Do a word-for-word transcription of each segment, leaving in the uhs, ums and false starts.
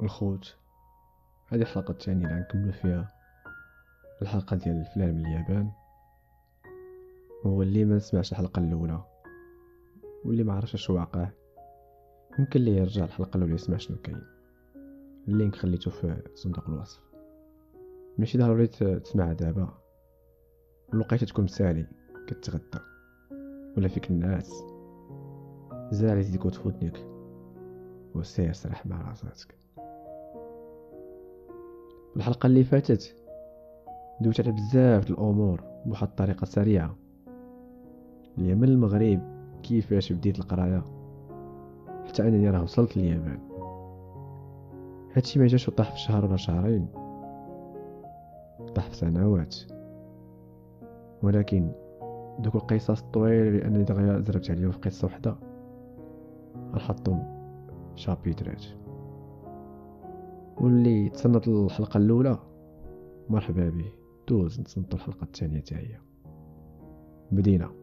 الخوت. هذه الحلقة الثانية اللي غنكملو فيها الحلقة ديال الفلان من اليابان. هو اللي ما سمعش الحلقة الأولى واللي ما عرفش اش واقع يمكن ليه يرجع الحلقة الأولى يسمع شنو كاين. اللينك خليته في صندوق الوصف. ماشي ضروري تسمع دابا، الوقيته تكون مسالي كتغدى ولا فيك الناس زاري ديك وتفوتنيك وسير سرح مع راساتك. الحلقة اللي فاتت دويت على بزاف د الامور بواحد الطريقه سريعه، اللي من المغرب كيفاش بديت القرايه حتى انني راه وصلت لليابان. هادشي ما جاش وطاح في شهر ولا شهرين، طاح في سنوات. ولكن دوك القصص الطويله اللي انني دغيا زربت عليهم في قصه وحده غنحطهم شابيترات. واللي تصنت الحلقه الاولى مرحبا به، دوز نتصنتو الحلقه الثانيه حتى هي. بدينا.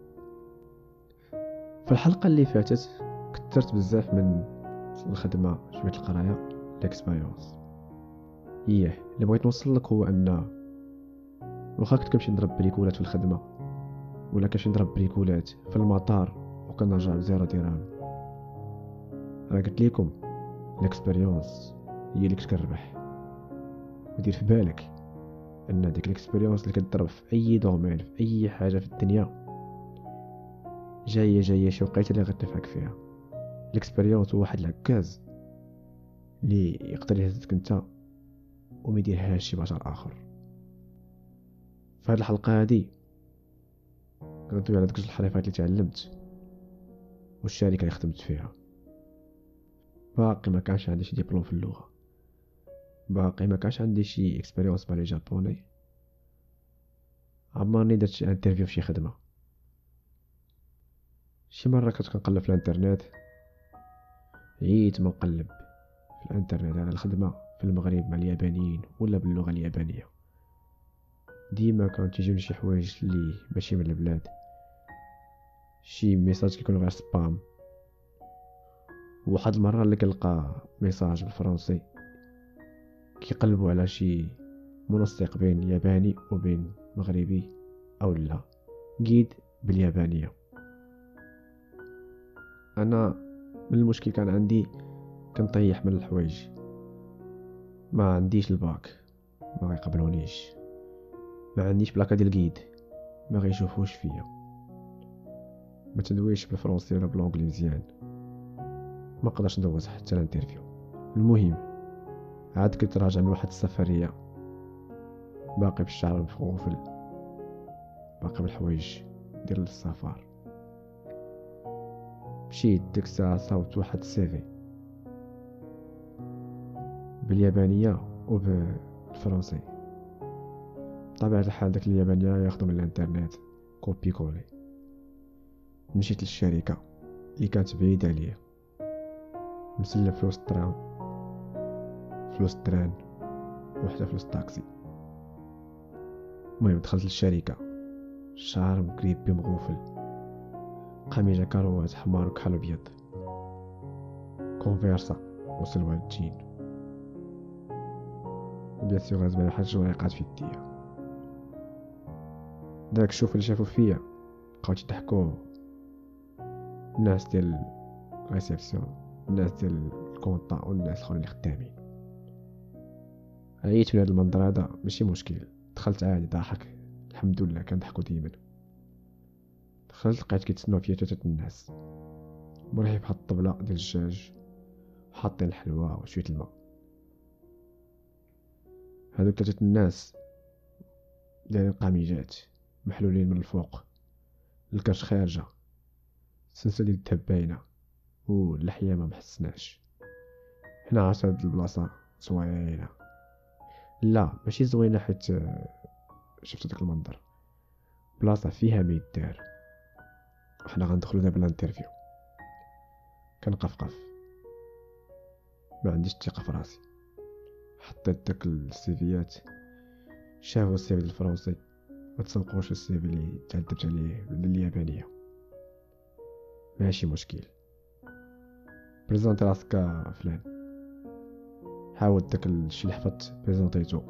في الحلقه اللي فاتت كثرت بزاف من الخدمه شويه القرايه ليكسبيريونس. ايه اللي بغيت نوصل لك هو ان واخا كنت كنمشي نضرب بريكولات في الخدمه ولا كنمشي نضرب بريكولات في المطار وكنرجع بزيرو درهم، راه قلت لكم ليكسبيريونس هي اللي كتربح. ودير في بالك ان ديك ليكسبيريونس اللي كتضرب في اي دومين في اي حاجه في الدنيا جايه جايه شي وقيته اللي غتنفعك فيها. ليكسبيريونس هو واحد العكاز اللي يقدر يهزك انت وما يديرهاش شي بشر اخر. في هذه الحلقه هذه غندوي على ديك الحرفات اللي تعلمت والشركه اللي خدمت فيها. باقي ما كانش عندي شي ديبلوم في اللغه، باقي ما كانش عندي شي اكسبيريونس مع لي جابوني، عمرني درت شي انترفيو في شي خدمه. شي مره كنت كنقلب في الانترنت، عييت ما نقلب في الانترنت على الخدمه في المغرب مع اليابانيين ولا باللغه اليابانيه. ديما كانت تجيوني شي حوايج اللي ماشي من البلاد، شي ميساج كيكون غير سبام. واحد المره اللي كنلقى ميساج بالفرنسي كيقلبوا على شي منسق بين ياباني وبين مغربي او لا جيد باليابانيه. انا من المشكل كان عندي كنطيح من الحوايج، ما عنديش الباك ما غيقبلونيش، ما عنديش بلاكه ديال الجيد ما غيشوفوش فيا، ما تندويش بالفرنسي ولا بالانجلي مزيان، ما قدرش ندوز حتى الانترفيو. المهم عاد كنت راجع من واحد السفريه باقي بالشعر مفغوفل، باقي بالحوايج ديال السفر. مشيت ديك الساعه صاوبت واحد السيفي باليابانيه وبالفرنسي. بطبيعه الحال داك اليابانيه ياخذوا من الانترنت كوبي كولي. مشيت للشركه اللي كانت بعيده عليا، مسلف فلوس الترام فلوس التران وحتى فلوس الطاكسي. المهم دخلت للشركه، شعر مكريبي مغوفل، قميجه كروات حمار وكحل ابيض، كونفيرسا وسلوى الجين، وبيان سيغ لازم واحد الجويقات في يديا. داك الشوف اللي شافو فيا بقاو يضحكوا، الناس ديال ريسبسيون، الناس ديال الكونطا والناس الاخرين اللي خدامين. عييت من هذا المنظر هذا، ماشي مشكل، دخلت عادي ضاحك الحمد لله كنضحكوا ديما. دخلت لقيت كيتسناو فيا ثلاثه الناس مريح بحال الطبله ديال الدجاج وحاطين الحلوى وشويه الماء. هذوك ثلاثه الناس دايرين قميجات محلولين من الفوق، الكرش خارجه، السنسله ديال الذهب باينه واللحيه ما محسناش. حنا عرفت هاد البلاصه زوينه، لا ماشي زوينه حيت شفت داك المنظر، بلاصه فيها ما يدار. وحنا غندخلو دابا الانترفيو. كنقفقف ما عنديش الثقه في راسي، حطيت داك السيفيات، شافوا السيفي الفرنسي ما تسوقوش السيفي اللي تعذبت عليه باليابانيه. ماشي مشكل، بريزونتي راسك فلان. حاول داك الشي اللي حفظت بريزونطيتو.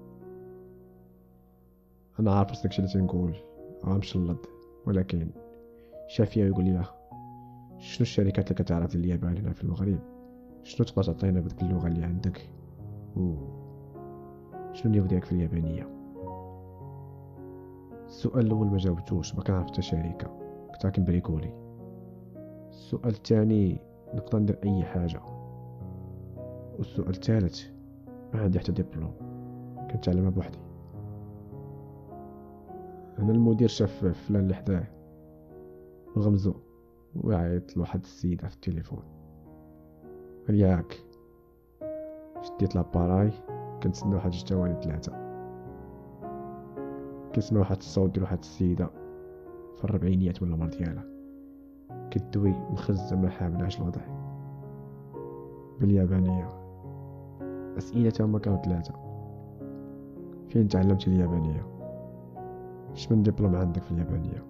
انا عارف راسك داكشي اللي تنقول غنمشلض، ولكن شافيه ويقول لي شنو الشركات اللي كتعرف ديال اليابان هنا في المغرب، شنو تقدر تعطينا بديك اللغه اللي عندك، و شنو النيفو ديالك في اليابانيه؟ السؤال الاول ما جاوبتوش، ما كنعرف حتى شركه، كنت كنبريكولي. السؤال الثاني نقدر ندير اي حاجه، والسؤال الثالث ما عندي حتى دبلوم، كنتعلمها بوحدي. هنا المدير شاف فلان اللي حداه وغمزو وعيط لواحد السيده في التليفون، قال ياك شديت لاباراي كنتسنى واحد جوج ثواني ثلاثه، كنسمع واحد الصوت ديال واحد السيده في الربعينيات ولا العمر ديالها كدوي مخزه ما حاملاش الوضع باليابانيه. اسئلتها هما كانوا ثلاثه: فين تعلمتي اليابانيه؟ اش من دبلوم عندك في اليابانيه؟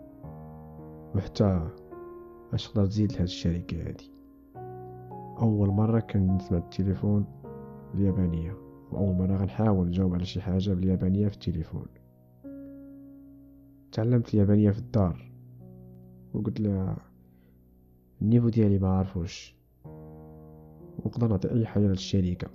وحتى اش تقدر تزيد لهاد الشركه هادي؟ اول مره كنسمع التليفون باليابانيه، واول مره غنحاول نجاوب على شي حاجه باليابانيه في التليفون. تعلمت اليابانيه في الدار وقلت لها النيفو ديالي ما عارفوش، ونقدر نعطي اي حاجه للشركه.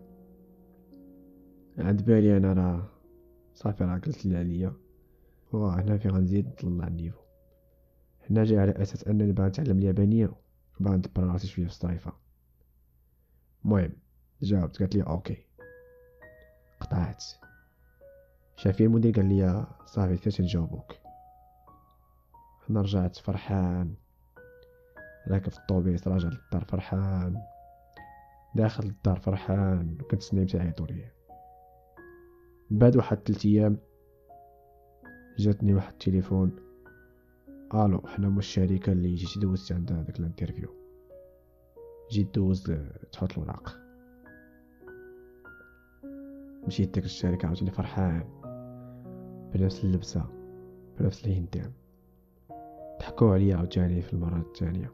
عند بالي انا راه صافي، راه قلت لي عليا وهنا في غنزيد نطلع النيفو. حنا جاي على اساس انني باغي نتعلم اليابانيه وباغي ندبر راسي شويه في الصيفه. المهم جاوبت، قالت لي اوكي. قطعت. شافي المدير قال لي صافي حتى نجاوبوك. انا رجعت فرحان، راكب في الطوبيس راجع للدار فرحان، داخل للدار فرحان، وكنت سنايم تعيطوا ليا. بعد واحد ثلاث ايام جاتني واحد التليفون: الو، حنا هما الشركه اللي جيتي دوزتي عندها داك الانترفيو، جيت دوز تحط الوراق. مشيت داك الشركه عاوتاني فرحان بنفس اللبسه بنفس الهندام. ضحكوا عليا عاوتاني في المره الثانيه.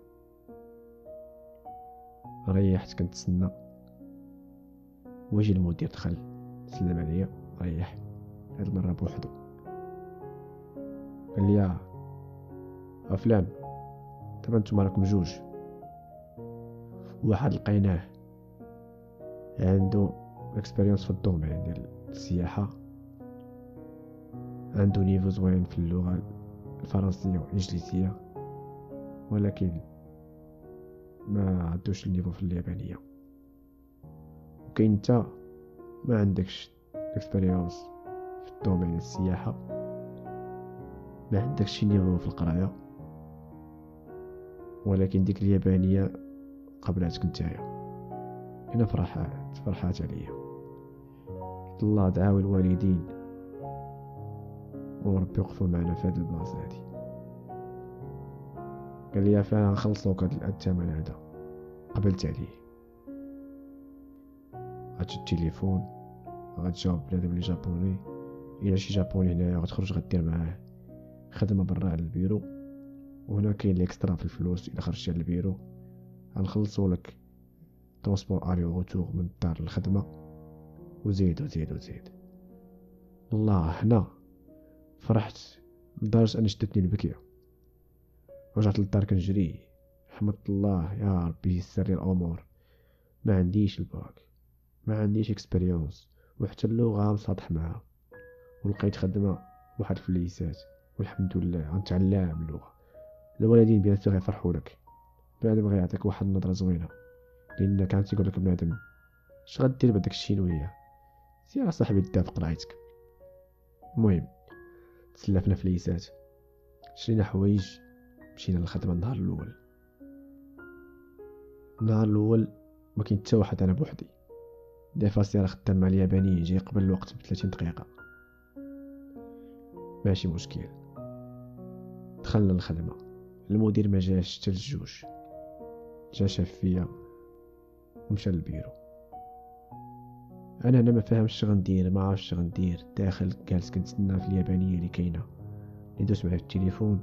ريحت كنتسنى، وجي المدير دخل سلم عليا، ريح هاد المره بوحدو. قال لي فلان دابا نتوما راكم جوج، واحد لقيناه عنده اكسبيريونس في الدومين ديال السياحه، عنده نيفو زوين في اللغه الفرنسيه والانجليزيه، ولكن ما عندوش النيفو في اليابانيه. وكاين انت ما عندكش اكسبيريونس في الدومين السياحه، ما عندكش شي نيفو في القرايه، ولكن ديك اليابانيه قبلاتك نتايا. هنا فرحات فرحات عليا. الله دعاوي الوالدين وربي يوقفوا معنا في هذه البلاصه هذه. قال لي فانا نخلصوك هذا الثمن هذا. قبلت عليه. غتشد التليفون غتجاوب بنادم اللي جابوني، الا شي جابوني هنايا غتخرج غدير معاه خدمه برا على البيرو، وهنا كاين الاكسترا في الفلوس. الا خرجتي على البيرو غنخلصوا لك ترونسبور الي وروتور من الدار للخدمه، وزيد وزيد وزيد. الله هنا فرحت لدرجه ان شدتني البكيه. رجعت للدار كنجري، حمدت الله يا ربي يسر لي الامور. ما عنديش الباك، ما عنديش اكسبيريونس، وحتى اللغه مصادح معها، ولقيت خدمه واحد الفليسات، والحمد لله غنتعلم اللغه. الوالدين بيان سور غيفرحوا لك، بنادم غيعطيك واحد النظره زوينه، لان كان تيقول لك بنادم اش غدير بداك الشينويه، سير صاحبي دا في قرايتك. المهم تسلفنا فليسات، شرينا حوايج، مشينا للخدمه. النهار الاول النهار الاول ما كاين حتى واحد، انا بوحدي دي فاسي راه خدام مع اليابانيين، جاي قبل الوقت ب ثلاثين دقيقه. ماشي مشكل. دخلنا الخدمه، المدير ما جاش حتى الجوج، جا شاف فيا ومشى للبيرو. انا انا ما فاهمش اش غندير، ما عارفش اش غندير، داخل جالس كنتسنى في اليابانيه اللي كاينه. اللي دوز معايا في التليفون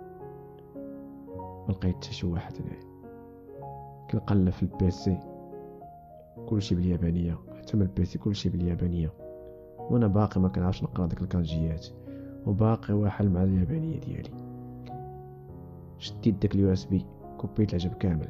ما لقيت حتى شي واحد هنايا. كنقلب في البيسي كلشي باليابانيه، حتى من البيسي كلشي باليابانيه، وانا باقي ما كنعرفش نقرا داك الكانجيات، وباقي واحل مع اليابانيه ديالي. شديت داك اليو اس بي، كوبيت العجب كامل،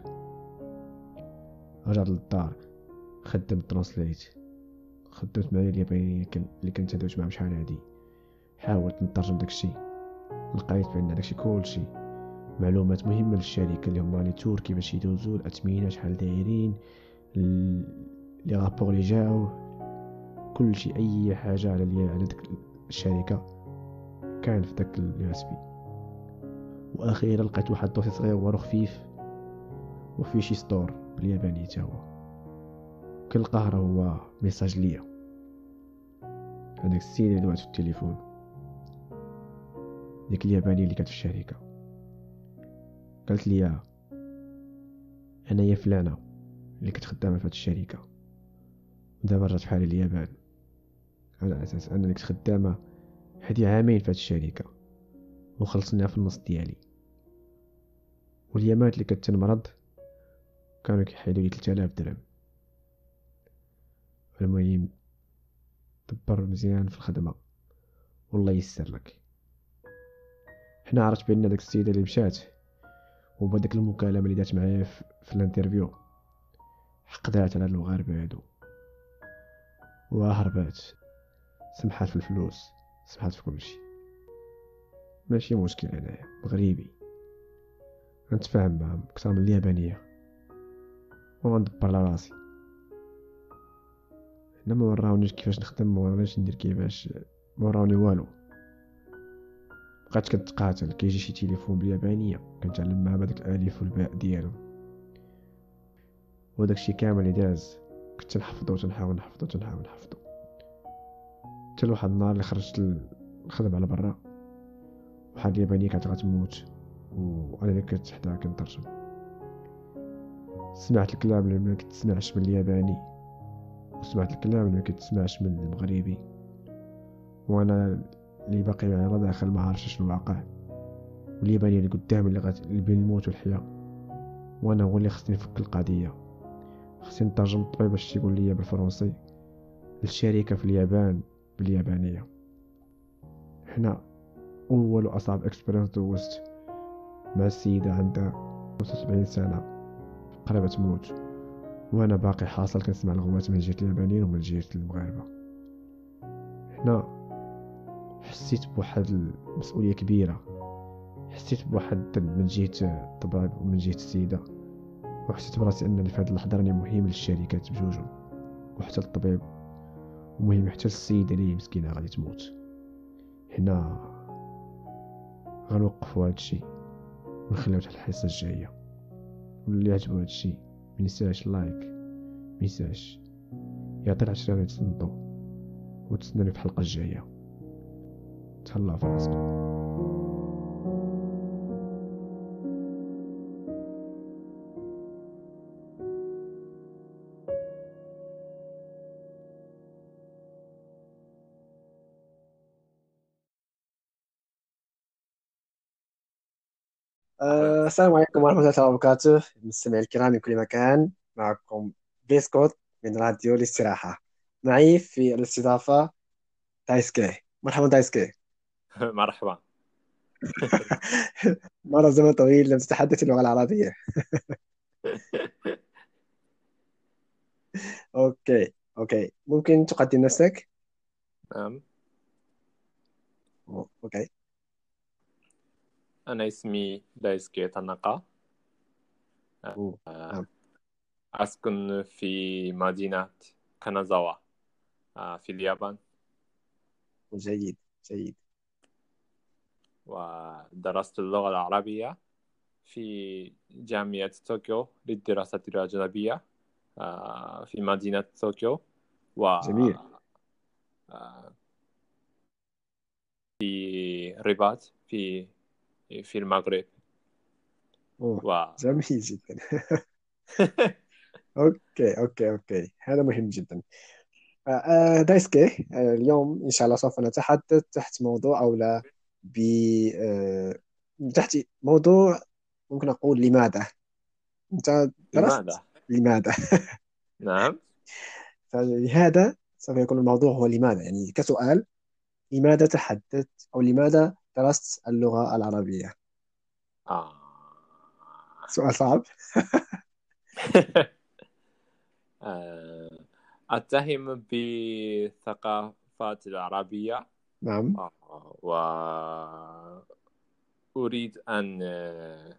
رجعت للدار، خدمت ترانسليت، خدمت معايا اليابانيه اللي كنت هدوت معاهم شحال هادي، حاولت نترجم داكشي، لقيت بان داكشي كلشي معلومات مهمه للشركه اللي هما لي تور كيفاش يدوزو، الاثمنه شحال دايرين، لي رابور اللي جاو، كلشي اي حاجه على لي على ديك الشركه كان في داك اليو اس بي. واخيرا لقيت واحد الدوسي صغير ورخفيف وفيه شي ستور بالياباني حتى هو، كنلقاه راه هو ميساج ليا، هذاك السيد اللي دوات في التليفون، ديك اليابانيه اللي كانت في الشركه، قالت لي انا يا فلانه اللي كنت خدامه في هذه الشركه، ودابا رجعت بحالي اليابان على اساس انني كنت خدامه هادي عامين في هذه الشركه وخلصني في النص ديالي، واليامات اللي كنت تنمرض كانوا كيحيدوا لي ثلاثة آلاف درهم. المهم دبر مزيان في الخدمه والله يسر لك. حنا عرفت بان داك السيده اللي مشات وبداك المكالمه اللي دارت معايا في, في الانترفيو حقدات على المغاربه هادو وهربات، سمحات في الفلوس، سمحات في كلشي. ماشي مشكل، انايا مغربي نتفاهم معاهم اكثر من اليابانيه وغندبر على راسي. هنا ما وراونيش كيفاش نخدم، ما ورانيش ندير كيفاش، ما وراوني والو. بقيت كنتقاتل، كيجي شي تليفون باليابانيه كنتعلم مع هذاك الالف والباء ديالهم، وداكشي كامل اللي داز كنت نحفظو وتنحاول نحفظو وتنحاول نحفظو، حتى لواحد النهار اللي خرجت الخدم على برا، واحد اليابانيه كانت غتموت وانا اللي كنت حداها كنترجم. سمعت الكلام اللي ما كتسمعش من الياباني، وسمعت الكلام اللي ما كتسمعش من المغربي، وانا اللي باقي على داخل ما عارفش شنو واقع، والياباني اللي قدام اللي غت اللي بين الموت والحياه، وانا هو اللي خصني نفك القضيه. خصني نترجم الطبيب باش يقول لي بالفرنسي للشركه في اليابان باليابانيه. حنا اول واصعب اكسبيرينس دوزت مع السيده عندها خمسة وسبعين سنه قريبه تموت، وانا باقي حاصل كنسمع الغوات من جهه اليابانيين ومن جهه المغاربه. هنا حسيت بواحد المسؤوليه كبيره، حسيت بواحد من جهه الطبيب ومن جهه السيده، وحسيت براسي انني في هذه اللحظه راني مهم للشركات بجوجهم وحتى الطبيب، ومهم حتى السيده اللي مسكينه غادي تموت. هنا غنوقفوا هذا الشيء ونخليو حتى الحصه الجايه، واللي عجبو هذا الشيء منساش لايك، منساش يعطي العشرة يتصنتو، وتسناني في الحلقه الجايه. تهلاو في راسكم. أه، السلام عليكم ورحمة الله وبركاته، المستمعين الكرام من كل مكان. معكم بيسكوت من راديو الاستراحة. معي في الاستضافة دايسكي. مرحبا دايسكي. مرحبا. مر زمن طويل لم تتحدث اللغة العربية. أوكي أوكي، ممكن تقدم نفسك؟ نعم، أوه، أوكي. أنا اسمي دايسكي تاناكا. أوه، آه، نعم. أسكن في مدينة كانازاوا آه، في اليابان، جيد جيد. ودرست اللغة العربية في جامعة طوكيو للدراسات الأجنبية آه، في مدينة طوكيو، و جميل. آه، في الرباط في في المغرب. أوه، و جميل جدا. أوكي أوكي أوكي، هذا مهم جدا. آه، آه، دايسكي، آه، اليوم إن شاء الله سوف نتحدث تحت موضوع أو لا ب آه، تحت موضوع ممكن أقول لماذا. أنت درست لماذا؟ لماذا؟ نعم. فلهذا سوف يكون الموضوع هو لماذا، يعني كسؤال: لماذا تحدثت أو لماذا درست اللغة العربية؟ آه. سؤال صعب. آه، أتهم بالثقافات العربية. نعم. آه، وأريد أن آه،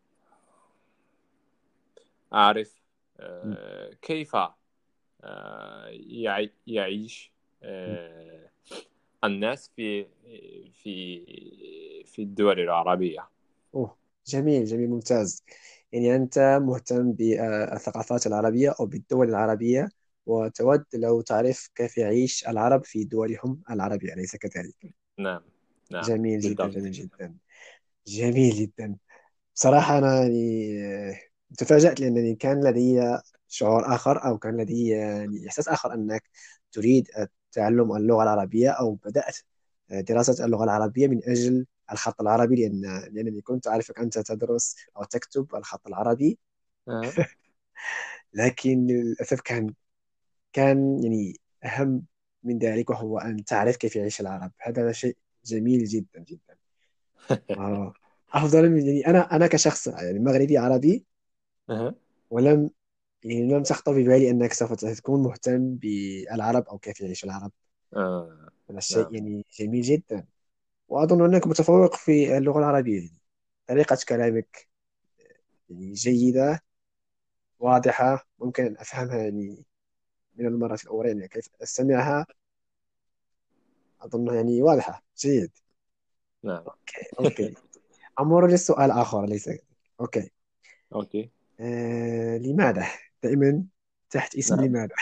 أعرف آه، كيف آه، يعي- يعيش آه، الناس في في في الدول العربية. أوه، جميل جميل ممتاز. يعني أنت مهتم بالثقافات العربية أو بالدول العربية، وتود لو تعرف كيف يعيش العرب في دولهم العربية، أليس كذلك؟ نعم، نعم، جميل جدا بالضبط. جميل جدا. جميل جدا. بصراحة أنا يعني آه، تفاجأت، لأنني كان لدي شعور آخر، أو كان لدي يعني إحساس آخر أنك تريد تعلم اللغة العربية، أو بدأت دراسة اللغة العربية من أجل الخط العربي، لأن لأنني كنت أعرفك أنت تدرس أو تكتب الخط العربي. أه. لكن للأسف كان كان يعني أهم من ذلك، وهو أن تعرف كيف يعيش العرب. هذا شيء جميل جدا جدا. آه. أفضل من يعني أنا أنا كشخص يعني مغربي عربي، أه. ولم يعني لم تخطر في بالي أنك سوف تكون مهتم بالعرب أو كيف يعيش العرب. آه. هذا الشيء نعم. يعني جميل جدا. وأظن أنك متفوق في اللغة العربية، يعني طريقة كلامك يعني جيدة، واضحة، ممكن أن أفهمها يعني من المرة الأولى، يعني كيف أستمعها أظنها يعني واضحة جيد. نعم. أوكي أوكي. أمر للسؤال آخر ليس. أوكي. أوكي. آه... لماذا دائما تحت اسم نعم. لماذا؟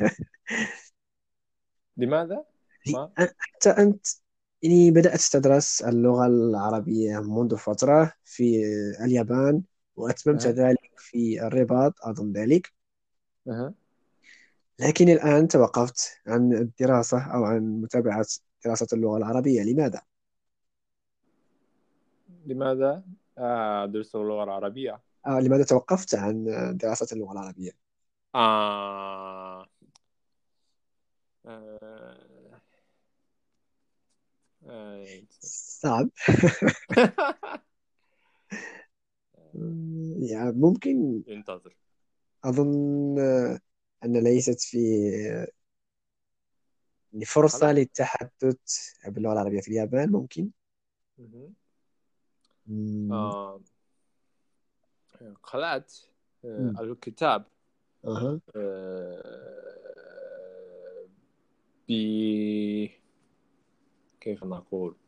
لماذا؟ لي- ما أنت أنت يعني بدأت تدرس اللغة العربية منذ فترة في اليابان، وأتممت أه. ذلك في الرباط أظن ذلك، أه. لكن الآن توقفت عن الدراسة أو عن متابعة دراسة اللغة العربية. لماذا؟ لماذا آه، أدرس اللغة العربية؟ آه لماذا توقفت عن دراسة اللغة العربية؟ آه. آه. آه. صعب. يعني ممكن. انتظر. أظن أن ليست في يعني فرصة خلاص. للتحدث باللغة العربية في اليابان، ممكن. مهم. مم. آه. قرأت آه، مم. الكتاب أها. آه، ب كيف نقول؟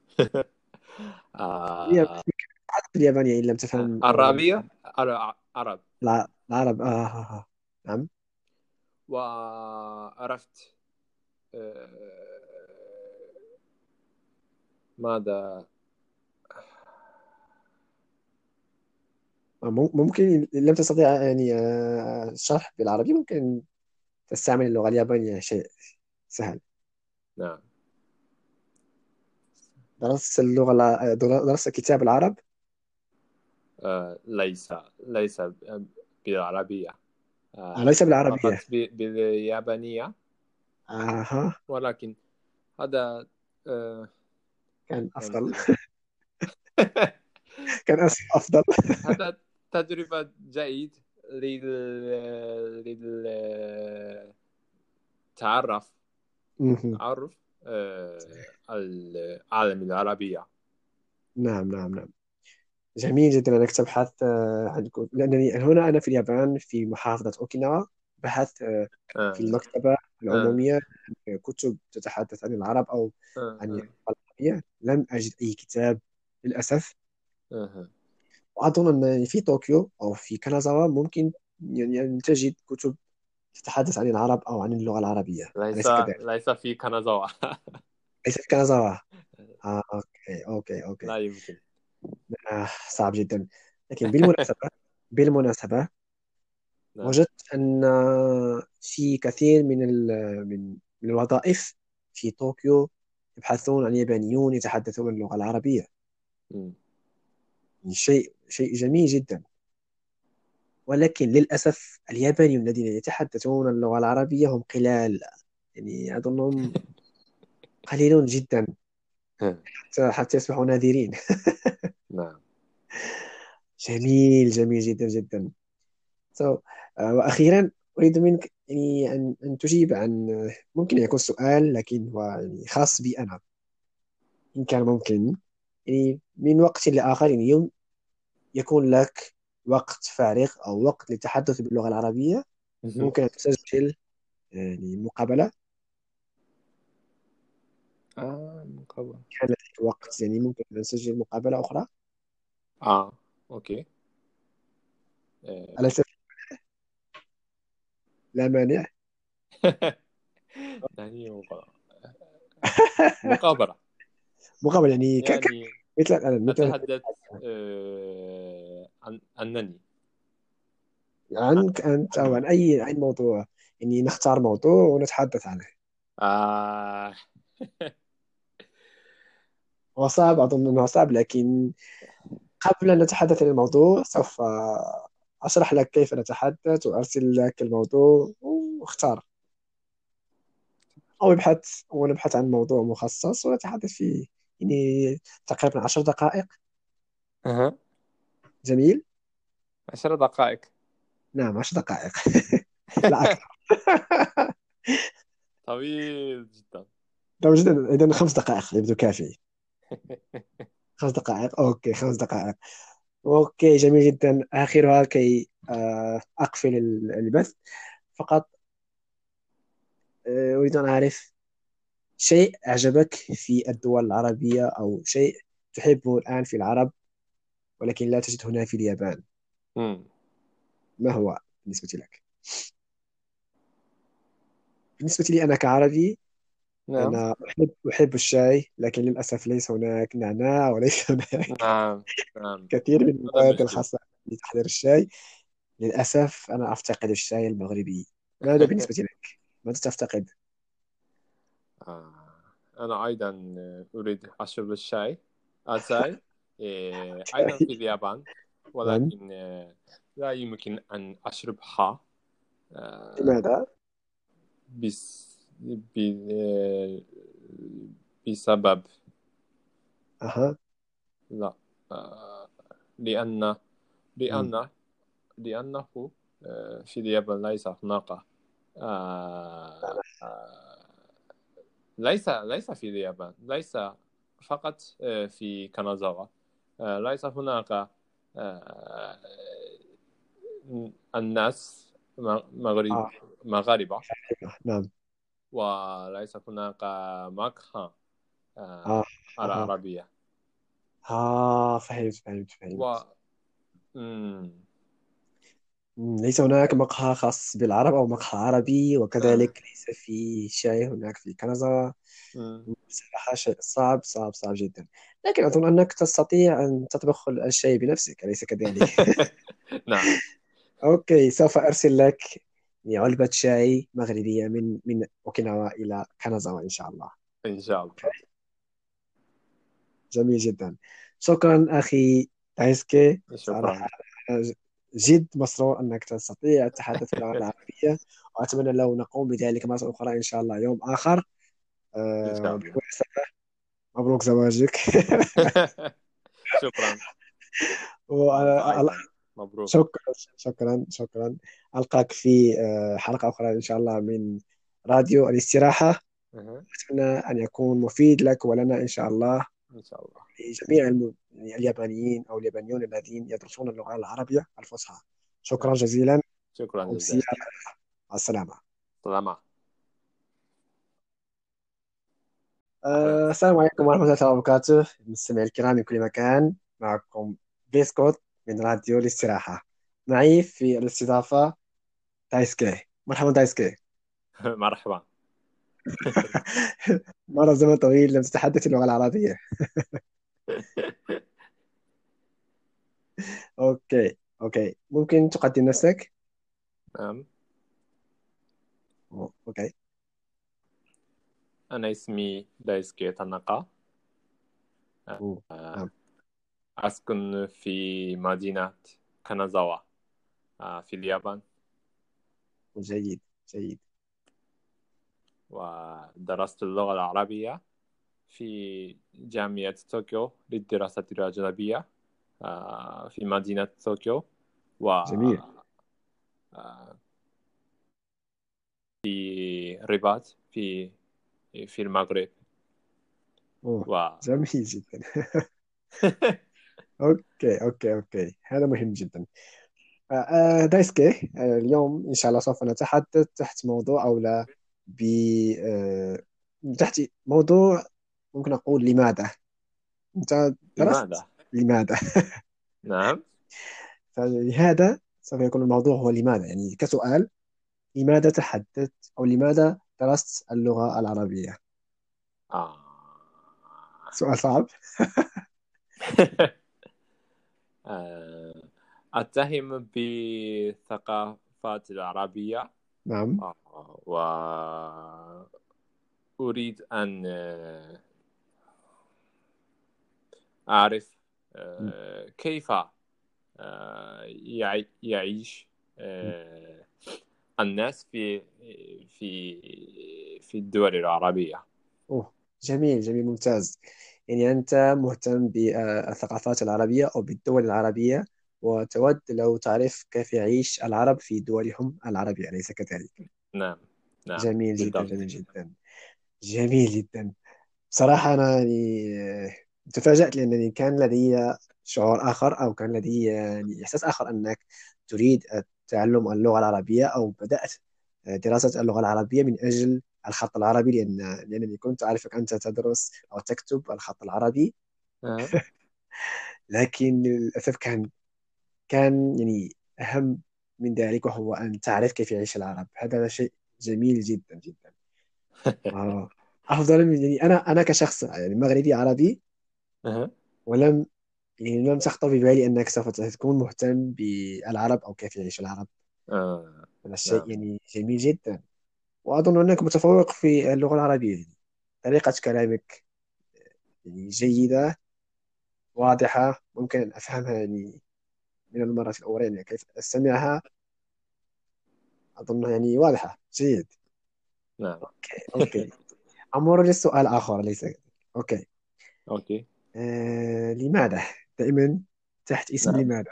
هي آه، تحدث اليابانية إن لم تفهم آه، عربية عر- عرب. الع- العرب. آه. آه. آه. نعم. وعرفت آه، ماذا مم- ممكن إن لم تستطيع يعني آه، الشرح بالعربي، ممكن تستعمل اللغة اليابانية، شيء سهل. نعم. درست اللغة الع- درست كتاب العرب. آه، ليس ليس بالعربية. آه، ليس آه، بالعربية. فقط ب- باليابانية. أها. ولكن هذا آه، كان أفضل. يعني كان أس- أفضل. هذا تجربة جيد لل للتعرف مهم. تعرف آه، العالم العربية. نعم نعم نعم. جميل جدا أنك تبحث آه، عن كتب، لأنني هنا أنا في اليابان في محافظة أوكيناوا. بحثت آه، في آه. المكتبة آه. العمومية عن كتب تتحدث عن العرب أو آه. عن آه. اللغة العربية، لم أجد أي كتاب للأسف. آه. وأظن أن في طوكيو أو في كانازاوا ممكن يعني أن تجد كتب تتحدث عن العرب أو عن اللغة العربية، ليس أليس كذلك؟ ليس في كنزوة. ليس في كانازاوا. آه أوكي أوكي أوكي. لا يمكن. آه صعب جدا. لكن بالمناسبة بالمناسبة نعم. وجدت أن في كثير من ال- من من الوظائف في طوكيو يبحثون عن يابانيون يتحدثون اللغة العربية. مم. شيء شيء جميل جدا. ولكن للأسف اليابانيون الذين يتحدثون اللغة العربية هم قلال، يعني أظنهم قليلون جدا حتى حتى يصبحوا نادرين. نعم. جميل جميل جدا جدا. so, آه، وأخيرا أريد منك يعني أن أن تجيب عن، ممكن يكون سؤال لكن هو يعني خاص بي أنا إن كان ممكن. يعني من وقت لآخر يعني يوم يكون لك وقت فارغ أو وقت للتحدث باللغة العربية، ممكن أن تسجل يعني مقابلة. آه مقابلة. كان لديك وقت يعني ممكن أن نسجل مقابلة أخرى. آه أوكي. أليس لا مانع؟ يعني مقابلة. مقابلة مقابلة يعني ك... ك... يعني مثل الآن مثل أتحدث آه عن أنني عنك أنت أو عن عني. أي عن موضوع، يعني نختار موضوع ونتحدث عنه. آه هو صعب، أظن أنه صعب، لكن قبل أن نتحدث عن الموضوع سوف أشرح لك كيف نتحدث وأرسل لك الموضوع واختار، أو ابحث ونبحث عن موضوع مخصص ونتحدث فيه يعني تقريبا عشر دقائق. أها. جميل. عشر دقائق. نعم عشر دقائق. لا أكثر. طويل جدا. طيب جدا، إذا خمس دقائق يبدو كافي. خمس دقائق، أوكي خمس دقائق. أوكي جميل جدا. آخرها كي آه، أقفل ال- البث فقط. آه، أريد أن أعرف شيء أعجبك في الدول العربية أو شيء تحبه الآن في العرب ولكن لا تجد هنا في اليابان. مم. ما هو بالنسبة لك؟ بالنسبة لي أنا كعربي، نعم. أنا أحب أحب الشاي، لكن للأسف ليس هناك نعناع وليس هناك نعم. نعم. كثير من هذا المواد مشكلة. الخاصة بتحضير الشاي. للأسف أنا أفتقد الشاي المغربي. ماذا بالنسبة لك؟ ماذا تفتقد؟ آه. أنا أيضا أريد أشرب الشاي. الشاي إيه، أيضا في شاي. اليابان، نعم. ولكن آه، لا يمكن أن أشربها آه، لماذا؟ بس ب- آه، بسبب أها. لا آه، لأن مم. لأن لأنه آه، في اليابان ليس هناك آه، آه، ليس ليس في اليابان، ليس فقط آه، في كانازاوا، آه، ليس هناك آه، الناس مغرب آه. مغاربة، نعم. وليس هناك مقهى آه. آه، أها. العربية. آه فهمت فهمت و فهمت. مم، مم، ليس هناك مقهى خاص بالعرب أو مقهى عربي، وكذلك ليس في شاي هناك في كندا. مم، بصراحة شيء صعب صعب صعب جدا، لكن أظن أنك تستطيع أن تطبخ الشاي بنفسك، أليس كذلك؟ نعم أوكي سوف أرسل لك يعني علبة شاي مغربية من من أوكيناوا إلى كندا إن شاء الله. إن شاء الله. جميل جدا. شكرا أخي دايسكي صراحة. شكرا. أنا جد مسرور أنك تستطيع التحدث باللغة العربية، وأتمنى لو نقوم بذلك مرة أخرى إن شاء الله يوم آخر. إن أه شاء الله. وبالمناسبة مبروك زواجك. شكرا. وأنت وأنا أيضا مبروك. شكرا شكرا شكرا. ألقاك في آه، حلقة أخرى إن شاء الله من راديو الاستراحة. أها. أتمنى أن يكون مفيد لك ولنا إن شاء الله، إن شاء الله. لجميع الم- اليابانيين أو اليابانيون الذين يدرسون اللغة العربية الفصحى. شكرا نعم. جزيلا. شكرا أمسية جزيلا. مع السلامة. سلام. أهلا. أه السلام عليكم ورحمة الله وبركاته المستمعين الكرام من كل مكان. معكم بيسكوت من راديو الاستراحة. معي في الاستضافة دايسكي. مرحبا دايسكي. مرحبا. مر زمن طويل لم تتحدث اللغة العربية. أوكي أوكي ممكن تقدم نفسك؟ نعم. أوه، أوكي. أنا اسمي دايسكي تاناكا. أوه، آه، نعم. أسكن في مدينة كانازاوا. آه، في اليابان. جيد جيد. ودرست اللغة العربية في جامعة طوكيو للدراسات الأجنبية آه، في مدينة طوكيو، و جميل. آه، في الرباط في في المغرب. أوه و جميل جدا. أوكي أوكي أوكي، هذا مهم جدا. آه، آه، دايسكي، آه، اليوم إن شاء الله سوف نتحدث تحت موضوع أو لا ب آه، تحت موضوع ممكن أقول لماذا. أنت درست لماذا؟ لماذا؟ نعم. فلهذا سوف يكون الموضوع هو لماذا، يعني كسؤال: لماذا تحدثت أو لماذا درست اللغة العربية؟ آه. سؤال صعب. آه، أتهم بالثقافات العربية، نعم. آه، وأريد أن آه، أعرف آه، كيف آه، يعي- يعيش آه، الناس في في في الدول العربية. أوه جميل جميل ممتاز. يعني أنت مهتم بالثقافات العربية أو بالدول العربية، وتود لو تعرف كيف يعيش العرب في دولهم العربية، أليس كذلك؟ نعم نعم جميل جدا بالضبط. جميل جدا. جميل جدا. بصراحة أنا يعني آه، تفاجأت، لأنني كان لدي شعور آخر، أو كان لدي يعني إحساس آخر أنك تريد تعلم اللغة العربية، أو بدأت دراسة اللغة العربية من أجل الخط العربي، لأن لأنني كنت أعرفك أنت تدرس أو تكتب الخط العربي. أه. لكن للأسف كان كان يعني أهم من ذلك، وهو أن تعرف كيف يعيش العرب. هذا شيء جميل جدا جدا. آه. أفضل من يعني أنا أنا كشخص يعني مغربي عربي، أه. ولم يعني لم تخطر ببالي أنك سوف تكون مهتم بالعرب أو كيف يعيش العرب. آه. هذا الشيء نعم يعني جميل جدا. وأظن أنك متفوق في اللغة العربية، يعني طريقة كلامك يعني جيدة، واضحة، ممكن أن أفهمها يعني من المرة الأولى، يعني كيف أستمعها أظن يعني واضحة جيد. نعم. أوكي أوكي. أمر للسؤال آخر ليس. أوكي. أوكي. آه... لماذا دائما تحت اسم نعم. لماذا؟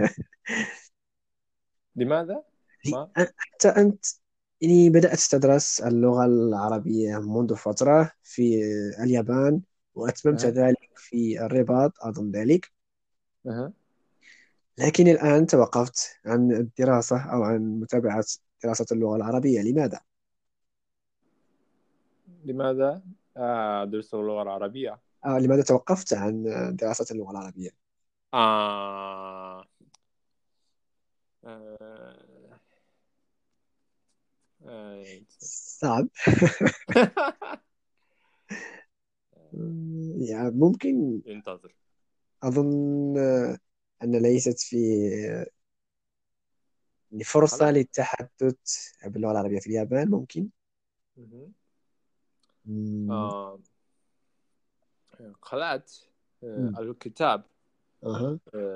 لماذا؟ لي- ما حتى أنت يعني بدأت تدرس اللغة العربية منذ فترة في اليابان، وأتممت أه. ذلك في الرباط أظن ذلك، أه. لكن الآن توقفت عن الدراسة أو عن متابعة دراسة اللغة العربية. لماذا؟ لماذا آه، أدرس اللغة العربية؟ آه لماذا توقفت عن دراسة اللغة العربية؟ آه. آه. آه. صعب. يعني ممكن. انتظر. أظن أن ليست في يعني فرصة خلاص. للتحدث باللغة العربية في اليابان، ممكن. مهم. مم. آه. قرأت آه، مم. الكتاب أها.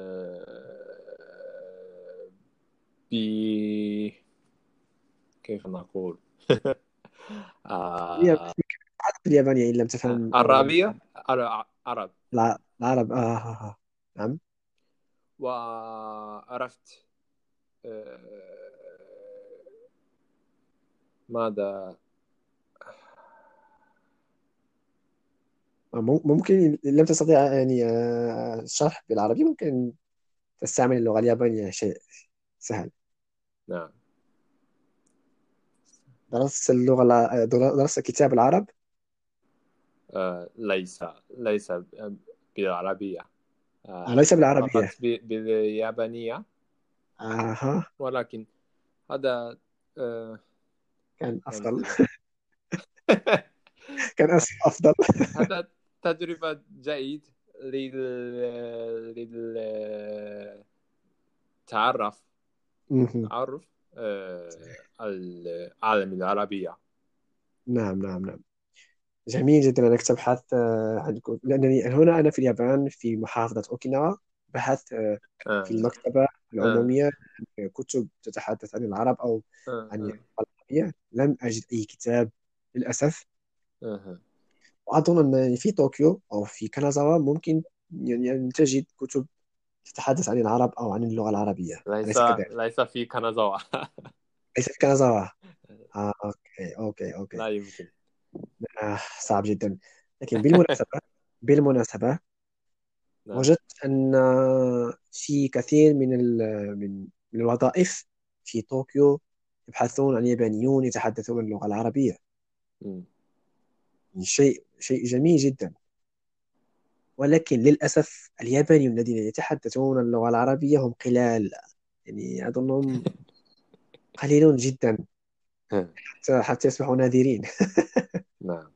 آه، ب كيف نقول هي آه، باليابانية إن لم تفهم اللغة. عربية عر- عرب. الع- العرب آه, آه, آه. نعم. وعرفت آه، ماذا آه، مم- ممكن إن لم تستطيع يعني آه، الشرح بالعربي، ممكن تستعمل اللغة اليابانية، شيء سهل. نعم. درست اللغة الع- درست كتاب العرب. آه، ليس ليس بالعربية، آه آه، ليس بالعربية. فقط ب- باليابانية. أها. ولكن هذا آه، كان أفضل. يعني كان أس- أفضل. هذا تجربة جيد لل للتعرف مهم. تعرف آه، العالم العربية. نعم نعم نعم. جميل جدا أنك تبحث آه، عن كتب، لأنني هنا أنا في اليابان في محافظة أوكيناوا، بحث آه، في آه. المكتبة آه. العمومية عن كتب تتحدث عن العرب أو آه. عن آه. اللغة العربية، لم أجد أي كتاب للأسف. آه. وأظن أن في طوكيو أو في كانازاوا ممكن يعني أن تجد كتب تتحدث عن العرب أو عن اللغة العربية، ليس أليس كذلك؟ ليس في كانازاوا. ليس في كانازاوا. آه، أوكي أوكي أوكي. لا يمكن. آه، صعب جدا. لكن بالمناسبة بالمناسبة نعم. وجدت أن في كثير من ال- من من الوظائف في طوكيو يبحثون عن يابانيون يتحدثون اللغة العربية. مم. شيء شيء جميل جدا. ولكن للأسف اليابانيون الذين يتحدثون اللغة العربية هم قلال، يعني أظنهم قليلون جدا حتى حتى يصبحوا نادرين. نعم.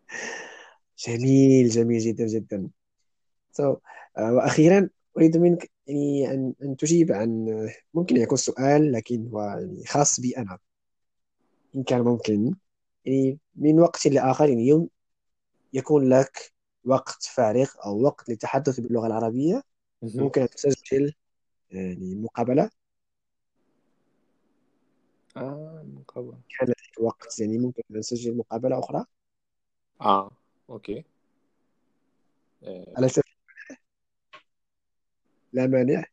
جميل جميل جدا جدا. so, آه، وأخيرا أريد منك يعني أن أن تجيب عن، ممكن يكون سؤال لكن هو يعني خاص بي أنا إن كان ممكن. يعني من وقت لآخر يعني يوم يكون لك وقت فارغ أو وقت للتحدث باللغة العربية، مهم. ممكن أن تسجل يعني مقابلة. آه مقابل. كان لديك وقت يعني ممكن أن نسجل مقابلة أخرى. آه أوكي. آه. أليس لا مانع؟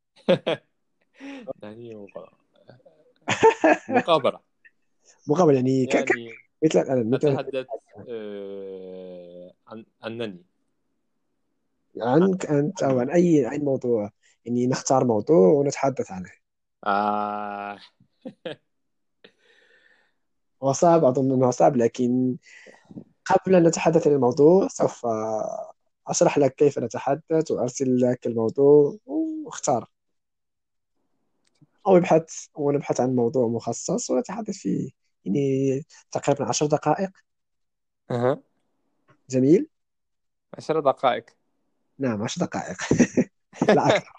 يعني مقابلة. مقابلة. مقابلة يعني ك... ك... يعني مثل الآن مثل أتحدث آه عن أنني. عنك أنت أو عن أي أي موضوع، يعني نختار موضوع ونتحدث عنه. آه. هو صعب، أظن أنه صعب، لكن قبل أن نتحدث عن الموضوع سوف أشرح لك كيف نتحدث وأرسل لك الموضوع واختار، أو ابحث ونبحث عن موضوع مخصص ونتحدث فيه يعني تقريبا عشر دقائق. أها. جميل. عشر دقائق. نعم عشر دقائق. لا أكثر.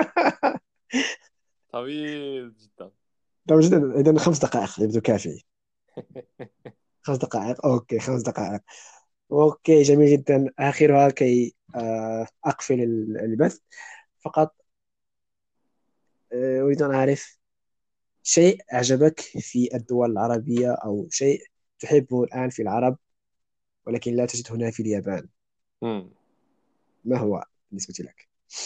طويل جدا. طيب جدا، إذا خمس دقائق يبدو كافي. خمس دقائق، أوكي خمس دقائق. أوكي جميل جدا. آخرها كي آه، أقفل ال- البث فقط. آه، أريد أن أعرف شيء أعجبك في الدول العربية أو شيء تحبه الآن في العرب ولكن لا تجد هنا في اليابان. مم. ما هو بالنسبة لك؟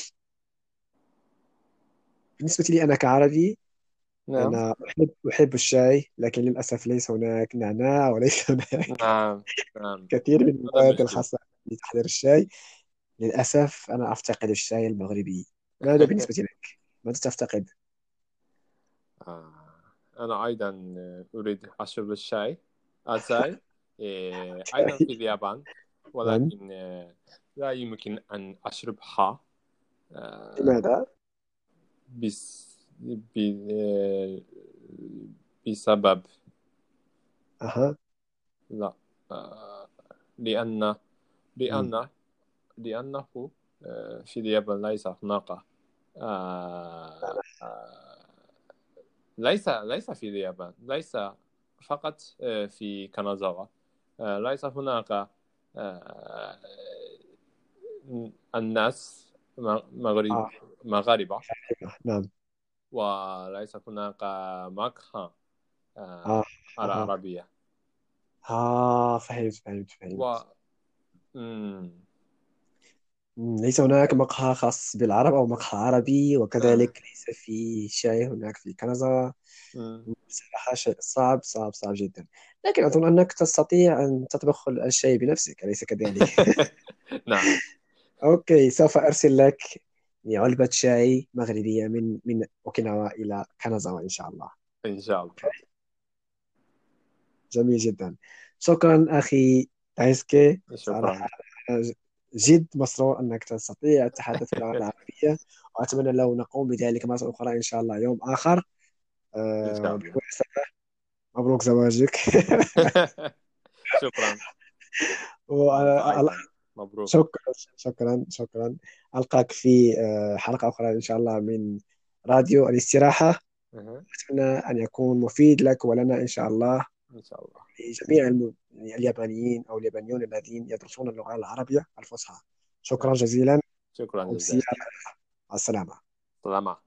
بالنسبة لي أنا كعربي، نعم. أنا أحب أحب الشاي، لكن للأسف ليس هناك نعناع وليس هناك نعم. نعم. كثير من هذا المواد مشكل. الخاصة بتحضير الشاي. للأسف أنا أفتقد الشاي المغربي. ماذا بالنسبة لك؟ ماذا تفتقد؟ آه. أنا أيضا أريد أشرب الشاي. الشاي إيه، أيضا في اليابان، نعم. ولكن آه، لا يمكن أن أشربها آه، لماذا؟ بس ب- آه، بسبب أها. لا آه، لأن مم. لأن لأنه آه، في اليابان ليس هناك آه، آه، ليس ليس في اليابان، ليس فقط آه، في كانازاوا، آه، ليس هناك آه، الناس مغرب آه. مغاربة، نعم. وليس هناك مقهى آه. آه، أها. العربية. آه فهمت فهمت و فهمت. مم. مم، ليس هناك مقهى خاص بالعرب أو مقهى عربي، آه. وكذلك ليس في شاي هناك في كندا. مم. بصراحة شيء صعب صعب صعب جدا. لكن أظن أنك تستطيع أن تطبخ الشاي بنفسك، أليس كذلك؟ نعم. أوكي سوف أرسل لك علبة شاي مغربية من من أوكيناوا إلى كندا إن شاء الله. إن شاء الله. جميل جدا. شكرا أخي دايسكي. شكرا. صراحة أنا جد مسرور أنك تستطيع التحدث باللغة العربية، وأتمنى لو نقوم بذلك مرة أخرى إن شاء الله يوم آخر. إن أه شاء الله. وبالمناسبة مبروك زواجك. شكرا. وأنت وأنا أيضا مبروك. شكرا شكرا شكرا. ألقاك في آه، حلقة أخرى إن شاء الله من راديو الاستراحة. أها. أتمنى أن يكون مفيد لك ولنا إن شاء الله، إن شاء الله. لجميع الم- اليابانيين أو اليابانيون الذين يدرسون اللغة العربية الفصحى. شكرا نعم. جزيلا. شكرا أمسية جزيلا. السلامة. سلامة.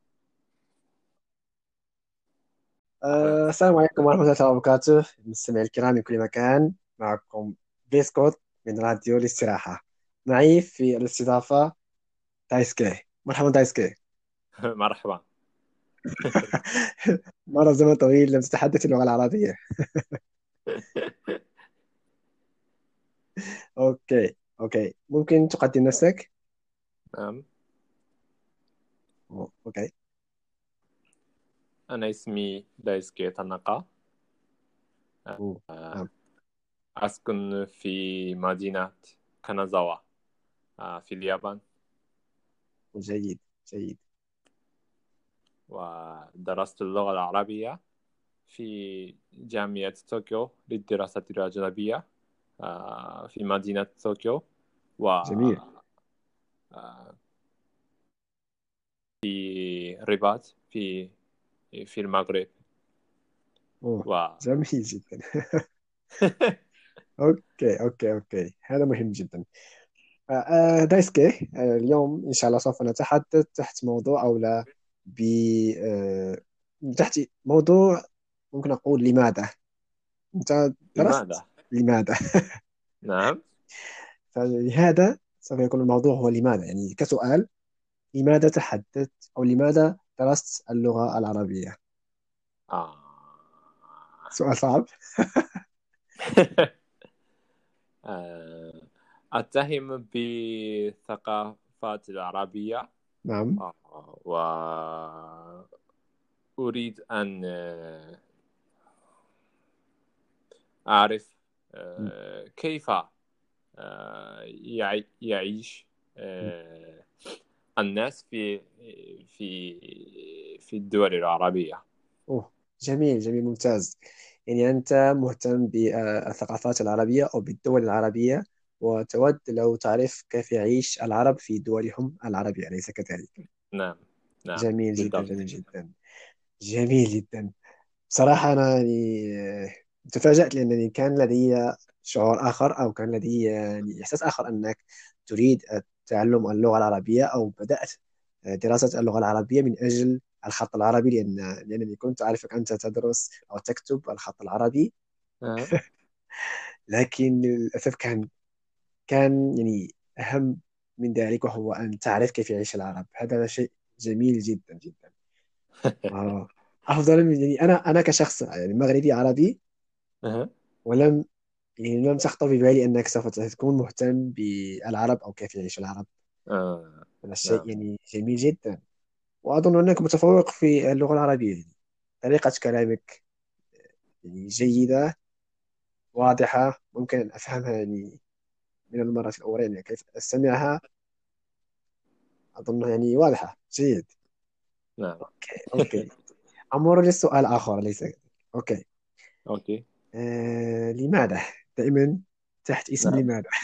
أهلا. أه السلام عليكم ورحمة الله وبركاته، المستمعين الكرام من كل مكان. معكم بيسكوت من راديو الاستراحة. معي في الاستضافة دايسكي. مرحبا دايسكي. مرحبا. مر زمن طويل لم تتحدث اللغة العربية. أوكي أوكي، ممكن تقدم نفسك؟ نعم، أوه، أوكي. أنا اسمي دايسكي تاناكا. أوه، آه، نعم. أسكن في مدينة كانازاوا آه، في اليابان، جيد جيد. ودرست اللغة العربية في جامعة طوكيو للدراسات الأجنبية آه، في مدينة طوكيو، و جميل. آه، في الرباط في في المغرب. أوه، و جميل جدا. أوكي أوكي أوكي، هذا مهم جدا. آه، آه، دايسكي، آه، اليوم إن شاء الله سوف نتحدث تحت موضوع أو لا ب آه، تحت موضوع، ممكن أقول لماذا. أنت درست لماذا؟ لماذا؟ نعم. فلهذا سوف يكون الموضوع هو لماذا، يعني كسؤال: لماذا تحدثت أو لماذا درست اللغة العربية؟ آه. سؤال صعب. آه، أتهم بالثقافة العربية، نعم. آه، وأريد أن آه، أعرف آه، كيف آه، يعي- يعيش آه، الناس في في في الدول العربية. أوه، جميل جميل ممتاز. يعني أنت مهتم بالثقافات العربية أو بالدول العربية، وتود لو تعرف كيف يعيش العرب في دولهم العربية، أليس كذلك؟ نعم، نعم، جميل جدا بالضبط. جميل جدا. جميل جدا. بصراحة أنا يعني آه، تفاجأت، لأنني كان لدي شعور آخر، أو كان لدي يعني إحساس آخر أنك تريد تعلم اللغة العربية، أو بدأت دراسة اللغة العربية من أجل الخط العربي، لأن لأنني كنت أعرفك أنت تدرس أو تكتب الخط العربي. آه. لكن للأسف كان كان يعني أهم من ذلك، وهو أن تعرف كيف يعيش العرب. هذا شيء جميل جدا جدا. آه. أفضل من يعني أنا أنا كشخص يعني مغربي عربي، آه. ولم يعني لم تخطر في بالي أنك سوف تكون مهتم بالعرب أو كيف يعيش العرب. آه. هذا الشيء نعم. يعني جميل جدا. وأظن أنك متفوق في اللغة العربية، يعني طريقة كلامك يعني جيدة، واضحة، ممكن أن أفهمها يعني من المرة الأولى، يعني كيف أستمعها أظنها يعني واضحة جيد. نعم. أوكي أوكي، أمر للسؤال آخر ليس. أوكي. أوكي. آه، لماذا دائما تحت اسم نعم. لماذا؟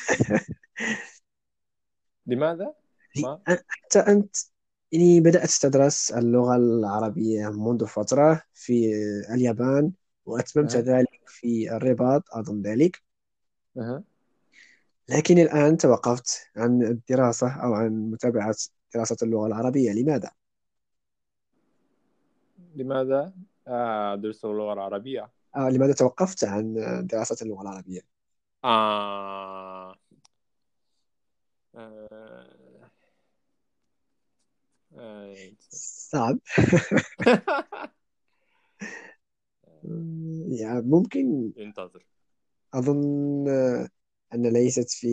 لماذا؟ لي- ما حتى أنت يعني بدأت تدرس اللغة العربية منذ فترة في اليابان، وأتممت آه. ذلك في الرباط أظن ذلك، آه. لكن الآن توقفت عن الدراسة أو عن متابعة دراسة اللغة العربية. لماذا؟ لماذا آه، أدرس اللغة العربية؟ آه، لماذا توقفت عن دراسة اللغة العربية؟ آه. آه. آه. صعب. يعني ممكن. انتظر. أظن أن ليست في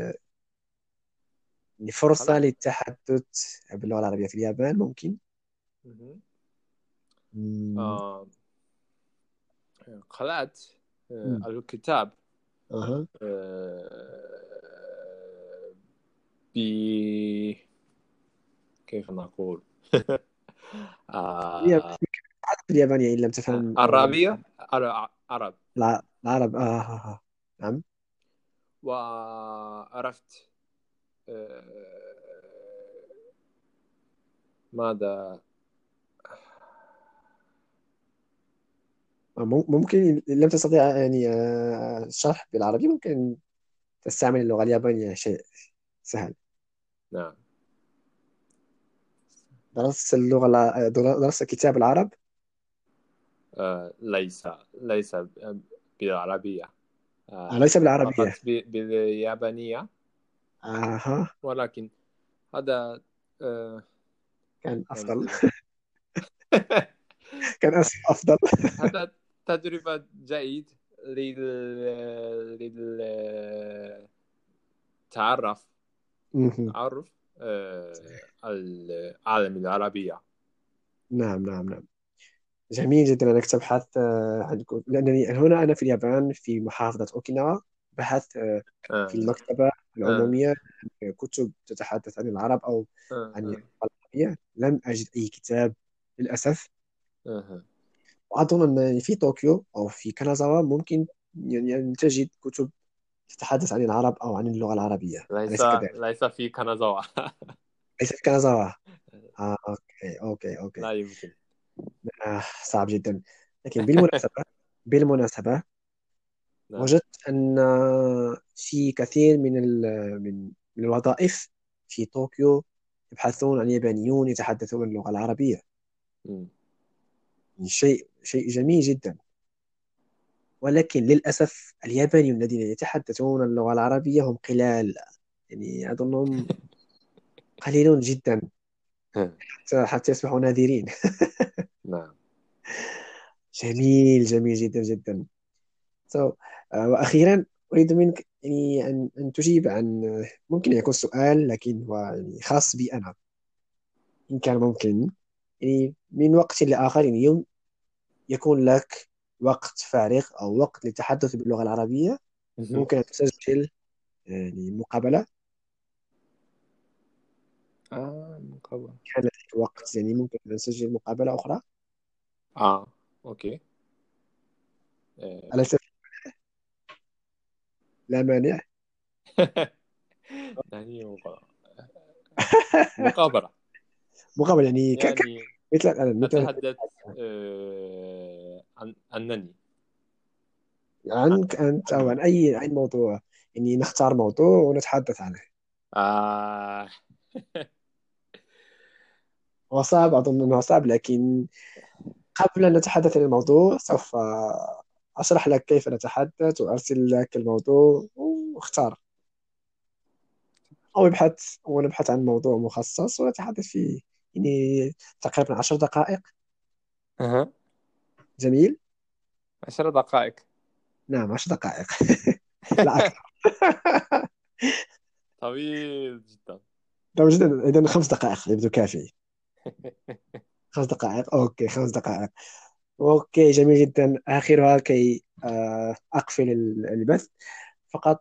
فرصة خلاص. للتحدث باللغة العربية في اليابان، ممكن. مهم. مم. آه. قرأت آه، مم. الكتاب أها. آه، ب كيف نقول؟ هي آه، في اليابانية إن لم تفهم اللغة عربية عر- عرب، الع- العرب. آه. آه. آه. نعم. وعرفت آه، ماذا. آه، مم- ممكن إن لم تستطيع يعني آه، الشرح بالعربي، ممكن تستعمل اللغة اليابانية، شيء سهل. نعم. درست اللغة الع- درست كتاب العرب. آه، ليس ليس بالعربية، آه، آه، ليس بالعربية. فقط ب- باليابانية. أها. ولكن هذا آه، كان يعني أفضل. كان أس- أفضل. هذا تجربة جيد لل للتعرف مهم. تعرف آه، العالم العربية. نعم نعم نعم. جميل جدا أنك تبحث آه، عن كتب، لأنني هنا أنا في اليابان في محافظة أوكيناوا. بحثت آه، في آه، المكتبة آه، العمومية عن كتب تتحدث عن العرب أو آه، عن اللغة آه، العربية. لم أجد أي كتاب للأسف. آه. وأظن أن في طوكيو أو في كانازاوا ممكن يعني أن تجد كتب تتحدث عن العرب أو عن اللغة العربية، ليس أليس كذلك؟ ليس في كنزوة. ليس في كانازاوا. آه، أوكي أوكي أوكي. لا يمكن. آه، صعب جدا. لكن بالمناسبة بالمناسبة نعم. وجدت أن في كثير من ال- من من الوظائف في طوكيو يبحثون عن يابانيون يتحدثون اللغة العربية. مم. يعني شيء شيء جميل جدا. ولكن للأسف اليابانيون الذين يتحدثون اللغة العربية هم قلال، يعني أظنهم قليلون جدا حتى حتى يصبحوا نادرين. نعم. جميل جميل جدا جدا. so, آه، وأخيرا أريد منك يعني أن أن تجيب عن، ممكن يكون سؤال لكن هو يعني خاص بي أنا، إن كان ممكن. يعني من وقت لآخر يعني يوم يكون لك وقت فارغ أو وقت للتحدث باللغة العربية، مهم. ممكن أن تسجل يعني مقابلة. آه مقابلة. كان لديك وقت يعني ممكن أن تسجل مقابلة أخرى. آه أوكي. آه. أليس لا مانع؟ يعني مقابلة مقابلة مقابلة يعني ك... ك... يعني مثل الآن مثل أتحدث آه، عن أنني. عنك أنت أو عن عني. أي عن موضوع. يعني نختار موضوع ونتحدث عنه. آه. هو صعب، أظن أنه صعب، لكن قبل أن نتحدث عن الموضوع سوف أشرح لك كيف نتحدث وأرسل لك الموضوع واختار، أو ابحث ونبحث عن موضوع مخصص ونتحدث فيه يعني تقريبا عشر دقائق. أها. جميل. عشر دقائق. نعم عشر دقائق. لا أكثر. طويل جدا. لو جدا إذا خمس دقائق يبدو كافي. خمس دقائق، أوكي خمس دقائق. أوكي جميل جدا. آخرها كي آه، أقفل ال- البث فقط.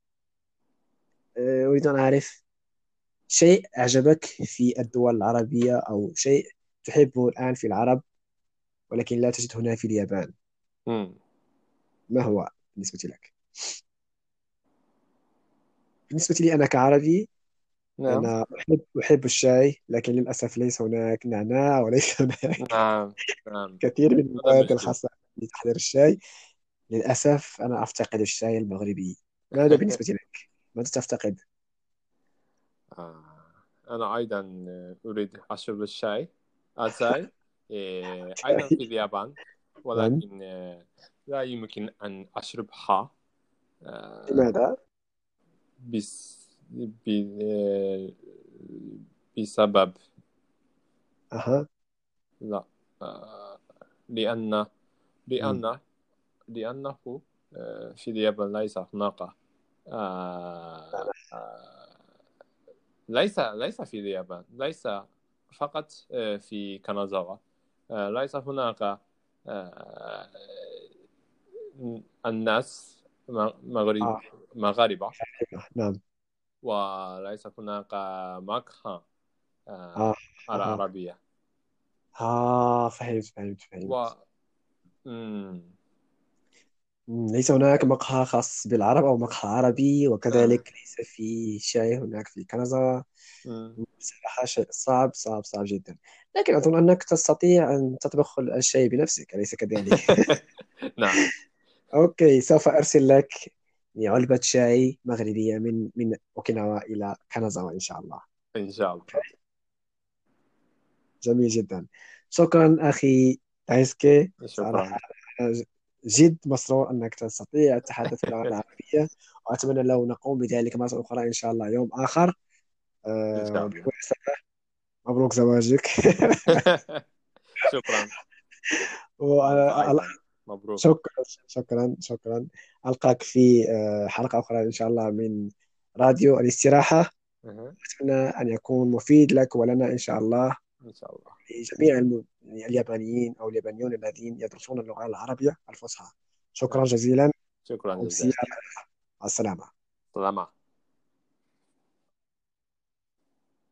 آه، أريد أن أعرف شيء أعجبك في الدول العربية أو شيء تحبه الآن في العرب ولكن لا تجد هنا في اليابان. مم. ما هو بالنسبة لك؟ بالنسبة لي أنا كعربي، نعم. أنا أحب أحب الشاي، لكن للأسف ليس هناك نعناع وليس هناك نعم. نعم. كثير من هذا المواد مشكل. الخاصة بتحضير الشاي. للأسف أنا أفتقد الشاي المغربي. ماذا بالنسبة لك؟ ماذا تفتقد؟ آه. أنا أيضا أريد أشرب الشاي الشاي إيه، أيضا في اليابان. نعم. ولكن آه، لا يمكن أن أشربها آه، لماذا؟ بس ب... آه، بسبب أها. لا آه، لأن مم. لأن لأنه آه، في اليابان ليس هناك آه، آه، ليس ليس في اليابان، ليس فقط آه، في كانازاوا. آه، ليس هناك آه، الناس مغرب آه. مغاربة. نعم. وليس هناك مقهى آه. آه، على آه. عربية. آه فهمت فهمت و فهمت. مم. مم، ليس هناك مقهى خاص بالعرب أو مقهى عربي، آه. وكذلك ليس في شاي هناك في كندا. مم. بصراحة شيء صعب صعب صعب جدا. لكن أظن أنك تستطيع أن تطبخ الشاي بنفسك، أليس كذلك؟ نعم. أوكي سوف أرسل لك علبة شاي مغربية من من أوكيناوا إلى كندا إن شاء الله. إن شاء الله. جميل جدا. شكرا أخي دايسكي شكرا. صراحة. أنا جد مسرور أنك تستطيع التحدث باللغة العربية، وأتمنى لو نقوم بذلك مرة أخرى إن شاء الله يوم آخر. إن آه، شاء الله. وبالمناسبة مبروك زواجك. شكرا. وأنت وأنا أيضا مبروك. شكرا شكرا شكرا. ألقاك في آه، حلقة أخرى إن شاء الله من راديو الاستراحة. أها. أتمنى أن يكون مفيد لك ولنا إن شاء الله، إن شاء الله. لجميع الم- يعني اليابانيين أو اليابانيون الذين يدرسون اللغة العربية الفصحى. شكرا أها. جزيلا. شكرا أمسية. جزيلا. مع السلامة. سلام.